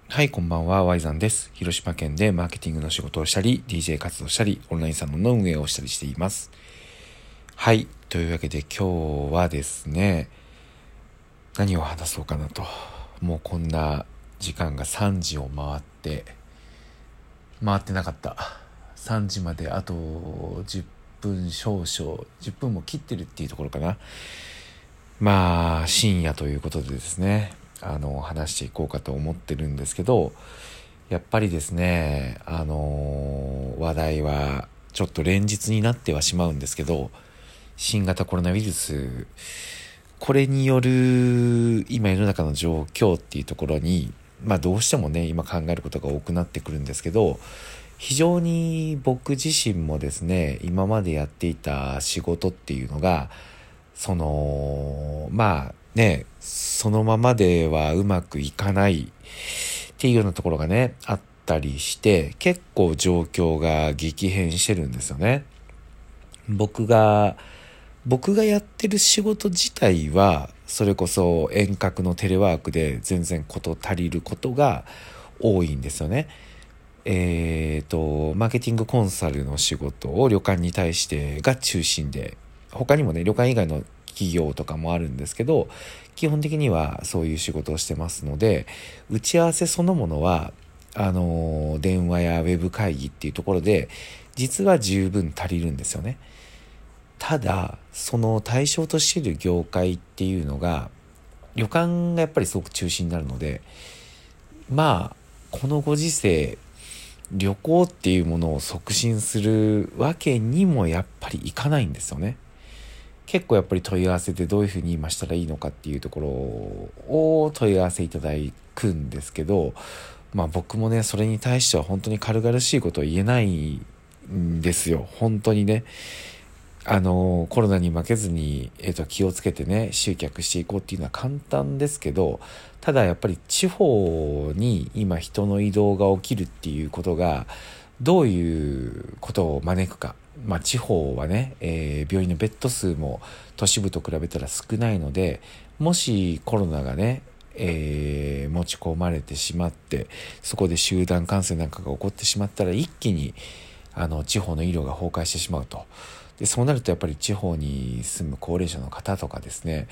はい、こんばんは、ワイザンです。広島県でマーケティングの仕事をしたり、DJ 活動したり、オンラインサロンの運営をしたりしています。はい、というわけで今日はですね、何を話そうかなと。もうこんな時間が3時を回ってなかった。3時まであと10分少々、10分も切ってるっていうところかな。深夜ということでですね、話していこうかと思ってるんですけど、やっぱりですね、話題はちょっと連日になってはしまうんですけど、新型コロナウイルス、これによる今世の中の状況っていうところに、どうしてもね、今考えることが多くなってくるんですけど、非常に僕自身もですね、今までやっていた仕事っていうのが、そのままではうまくいかないっていうようなところがね、あったりして、結構状況が激変してるんですよね。僕がやってる仕事自体は、それこそ遠隔のテレワークで全然事足りることが多いんですよね。マーケティングコンサルの仕事を旅館に対してが中心で、他にもね、旅館以外の企業とかもあるんですけど、基本的にはそういう仕事をしてますので、打ち合わせそのものは、電話やウェブ会議っていうところで、実は十分足りるんですよね。ただ、その対象としている業界っていうのが、旅館がやっぱりすごく中心になるので、このご時世、旅行っていうものを促進するわけにもやっぱりいかないんですよね。結構やっぱり問い合わせでどういうふうに今したらいいのかっていうところを問い合わせいただくんですけど、僕もね、それに対しては本当に軽々しいことを言えないんですよ。本当にね。コロナに負けずに、気をつけてね、集客していこうっていうのは簡単ですけど、ただやっぱり地方に今人の移動が起きるっていうことが、どういうことを招くか。地方はね、病院のベッド数も都市部と比べたら少ないので、もしコロナがね、持ち込まれてしまって、そこで集団感染なんかが起こってしまったら一気に地方の医療が崩壊してしまうと。で、そうなるとやっぱり地方に住む高齢者の方とかですね、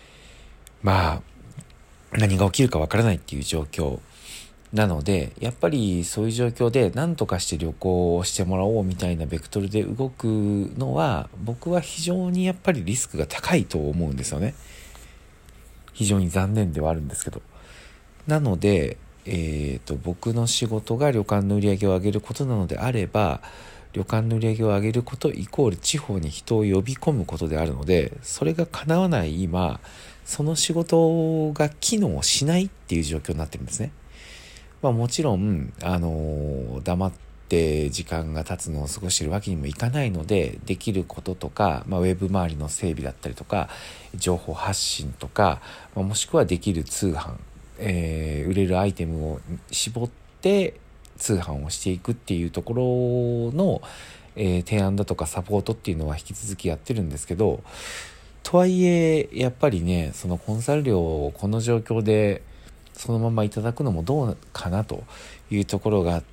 何が起きるかわからないっていう状況なので、やっぱりそういう状況で何とかして旅行をしてもらおうみたいなベクトルで動くのは、僕は非常にやっぱりリスクが高いと思うんですよね。非常に残念ではあるんですけど。なので、僕の仕事が旅館の売り上げを上げることなのであれば、旅館の売り上げを上げることイコール地方に人を呼び込むことであるので、それが叶わない今、その仕事が機能しないっていう状況になってるんですね。もちろん、黙って時間が経つのを過ごしているわけにもいかないので、できることとか、ウェブ周りの整備だったりとか、情報発信とか、もしくはできる通販、売れるアイテムを絞って通販をしていくっていうところの、提案だとかサポートっていうのは引き続きやってるんですけど、とはいえやっぱりね、そのコンサル料をこの状況でそのままいただくのもどうかなというところがあって、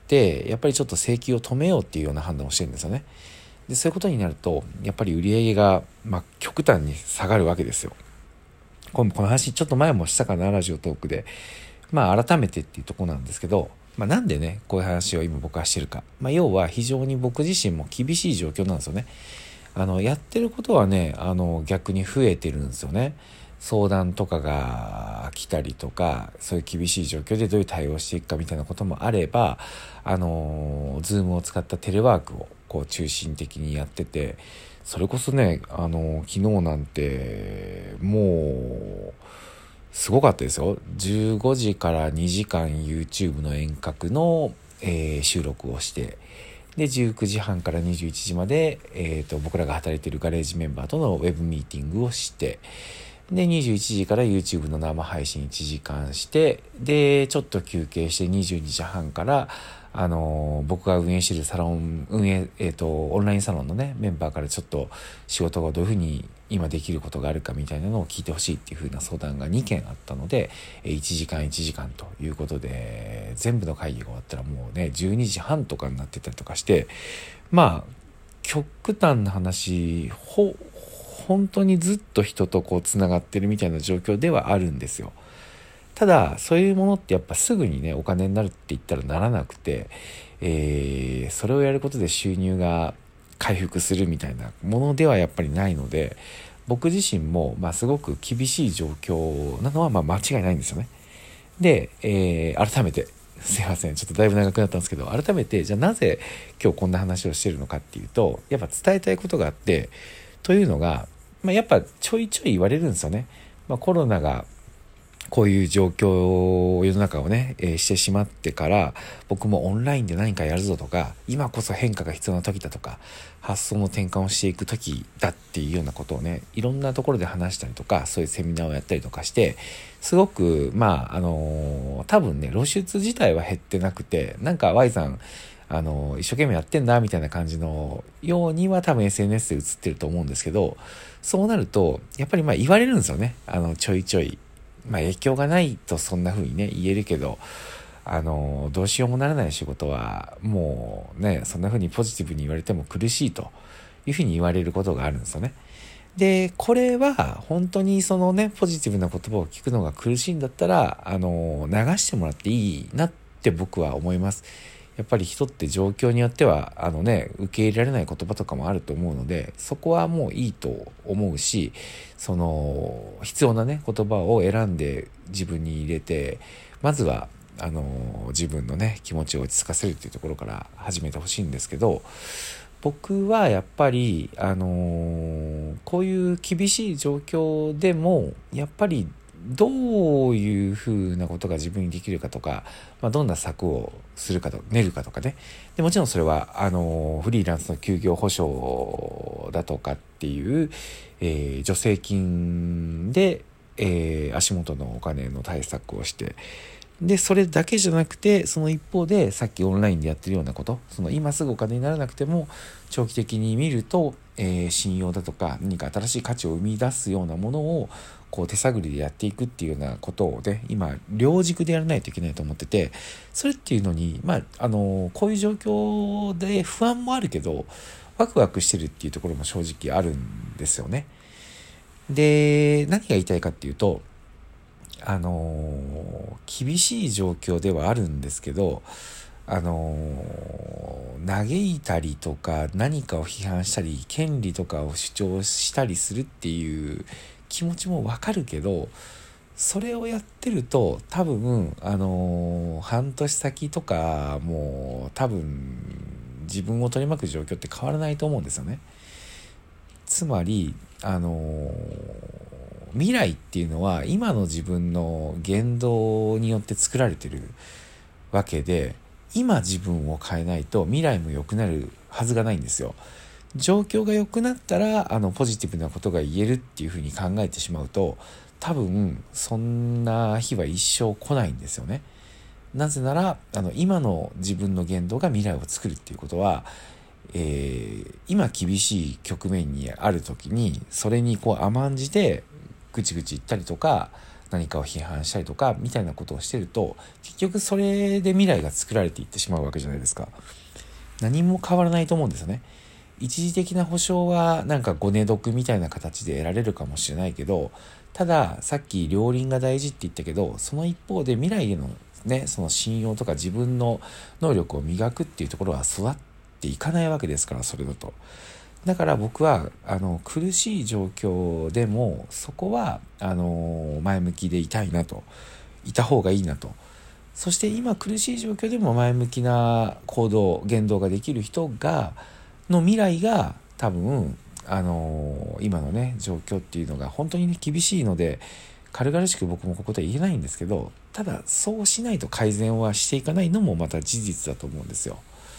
やっぱりちょっと請求を止めようっていうような判断をしてるんですよね。で、そういうことになるとやっぱり売り上げが、極端に下がるわけですよ。この話ちょっと前もしたかな、ラジオトークで。改めてっていうところなんですけど、なんでね、こういう話を今僕はしてるか。要は非常に僕自身も厳しい状況なんですよね。やってることはね、逆に増えてるんですよね。相談とかが来たりとか、そういう厳しい状況でどういう対応していくかみたいなこともあれば、ズームを使ったテレワークをこう中心的にやってて、それこそね、昨日なんて、もう、すごかったですよ。15時から2時間 YouTube の遠隔の、収録をして、で、19時半から21時まで、僕らが働いているガレージメンバーとのウェブミーティングをして、で、21時から YouTube の生配信1時間して、で、ちょっと休憩して22時半から、僕が運営しているサロン、オンラインサロンのね、メンバーからちょっと仕事がどういうふうに今できることがあるかみたいなのを聞いてほしいっていうふうな相談が2件あったので、1時間1時間ということで、 全部の会議が終わったらもうね12時半とかになってたりとかして、まあ極端な話本当にずっと人とこうつながってるみたいな状況ではあるんですよ。ただそういうものってやっぱすぐにねお金になるって言ったらならなくて、それをやることで収入が回復するみたいなものではやっぱりないので、僕自身もすごく厳しい状況なのは間違いないんですよね。で、改めてすいませんちょっとだいぶ長くなったんですけど、改めてじゃあなぜ今日こんな話をしてるのかっていうと、やっぱ伝えたいことがあって、というのが、やっぱちょいちょい言われるんですよね。コロナがこういう状況を世の中をね、してしまってから、僕もオンラインで何かやるぞとか、今こそ変化が必要な時だとか、発想の転換をしていく時だっていうようなことをね、いろんなところで話したりとか、そういうセミナーをやったりとかして、すごく多分ね露出自体は減ってなくて、なんか Y さん一生懸命やってんだみたいな感じのようには多分 SNS で映ってると思うんですけど、そうなるとやっぱり言われるんですよね。ちょいちょい影響がないとそんな風にね言えるけど、どうしようもならない仕事はもうねそんな風にポジティブに言われても苦しいという風に言われることがあるんですよね。でこれは本当にそのねポジティブな言葉を聞くのが苦しいんだったら流してもらっていいなって僕は思います。やっぱり人って状況によっては受け入れられない言葉とかもあると思うので、そこはもういいと思うし、その必要なね言葉を選んで自分に入れて、まずは自分のね気持ちを落ち着かせるっていうところから始めてほしいんですけど、僕はやっぱりこういう厳しい状況でもやっぱりどういうふうなことが自分にできるかとか、どんな策をするかと練るかとかね。でもちろんそれはフリーランスの休業保障だとかっていう、助成金で、足元のお金の対策をして、でそれだけじゃなくて、その一方でさっきオンラインでやってるようなこと、その今すぐお金にならなくても長期的に見ると、信用だとか何か新しい価値を生み出すようなものをこう手探りでやっていくっていうようなことをね、今両軸でやらないといけないと思ってて、それっていうのにこういう状況で不安もあるけどワクワクしてるっていうところも正直あるんですよね。で何が言いたいかっていうと、厳しい状況ではあるんですけど、嘆いたりとか何かを批判したり権利とかを主張したりするっていう気持ちもわかるけど、それをやってると多分半年先とかも多分自分を取り巻く状況って変わらないと思うんですよね。つまり未来っていうのは今の自分の言動によって作られてるわけで、今自分を変えないと未来も良くなるはずがないんですよ。状況が良くなったらポジティブなことが言えるっていうふうに考えてしまうと、多分そんな日は一生来ないんですよね。なぜなら今の自分の言動が未来を作るっていうことは、今厳しい局面にある時にそれに甘んじてぐちぐち言ったりとか何かを批判したりとかみたいなことをしてると、結局それで未来が作られていってしまうわけじゃないですか。何も変わらないと思うんですよね。一時的な保証はなんかごね得みたいな形で得られるかもしれないけど、たださっき両輪が大事って言ったけど、その一方で未来へのねその信用とか自分の能力を磨くっていうところは育っていかないわけですから、それだと。だから僕は苦しい状況でもそこは前向きでいたいなと、いた方がいいなと。そして今苦しい状況でも前向きな行動言動ができる人の未来が多分今のね状況っていうのが本当にね厳しいので、軽々しく僕もここでは言えないんですけど、ただそうしないと改善はしていかないのもまた事実だと思うんですよ。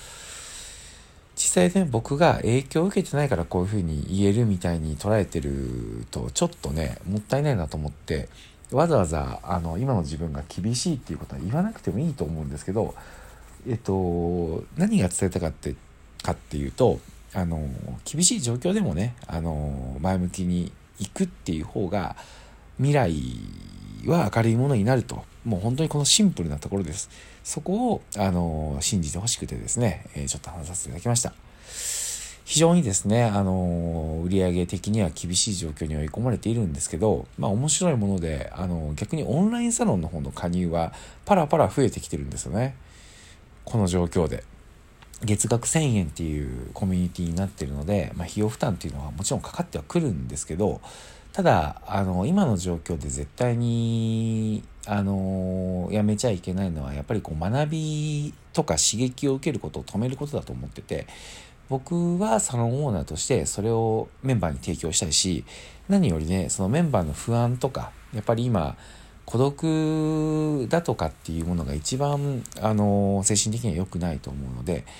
実際ね僕が影響を受けてないからこういうふうに言えるみたいに捉えてるとちょっとねもったいないなと思って、わざわざ今の自分が厳しいっていうことは言わなくてもいいと思うんですけど、何が伝えたかっていうと厳しい状況でもね前向きに行くっていう方が未来は明るいものになると、もう本当にこのシンプルなところです。そこを信じてほしくてですね、ちょっと話させていただきました。非常にですね、売上的には厳しい状況に追い込まれているんですけど、面白いもので、逆にオンラインサロンの方の加入はパラパラ増えてきてるんですよね。この状況で。月額1000円っていうコミュニティになっているので、費用負担っていうのはもちろんかかってはくるんですけど、ただ、今の状況で絶対に、やめちゃいけないのは、やっぱり学びとか刺激を受けることを止めることだと思ってて、僕はサロンオーナーとしてそれをメンバーに提供したいし、何よりね、そのメンバーの不安とか、やっぱり今、孤独だとかっていうものが一番、精神的には良くないと思うので、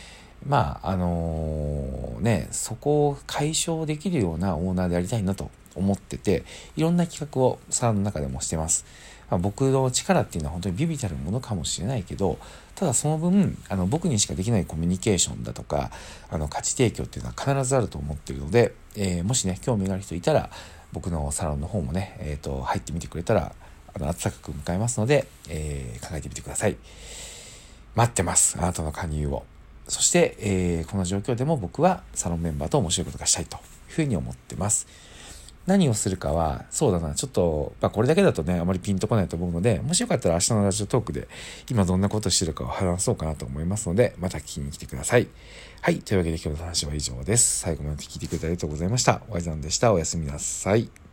そこを解消できるようなオーナーでありたいなと思ってて、いろんな企画をサロンの中でもしてます。僕の力っていうのは本当に微々たるものかもしれないけど、ただその分、僕にしかできないコミュニケーションだとか、価値提供っていうのは必ずあると思っているので、もしね、興味がある人いたら、僕のサロンの方もね、入ってみてくれたら、温かく迎えますので、考えてみてください。待ってます。あなたの加入を。そして、この状況でも僕はサロンメンバーと面白いことがしたいというふうに思ってます。何をするかは、そうだな、ちょっと、これだけだとね、あまりピンとこないと思うので、もしよかったら明日のラジオトークで今どんなことしてるかを話そうかなと思いますので、また聞きに来てください。はい。というわけで今日の話は以上です。最後まで聞いてくれてありがとうございました。おあいざんでした。おやすみなさい。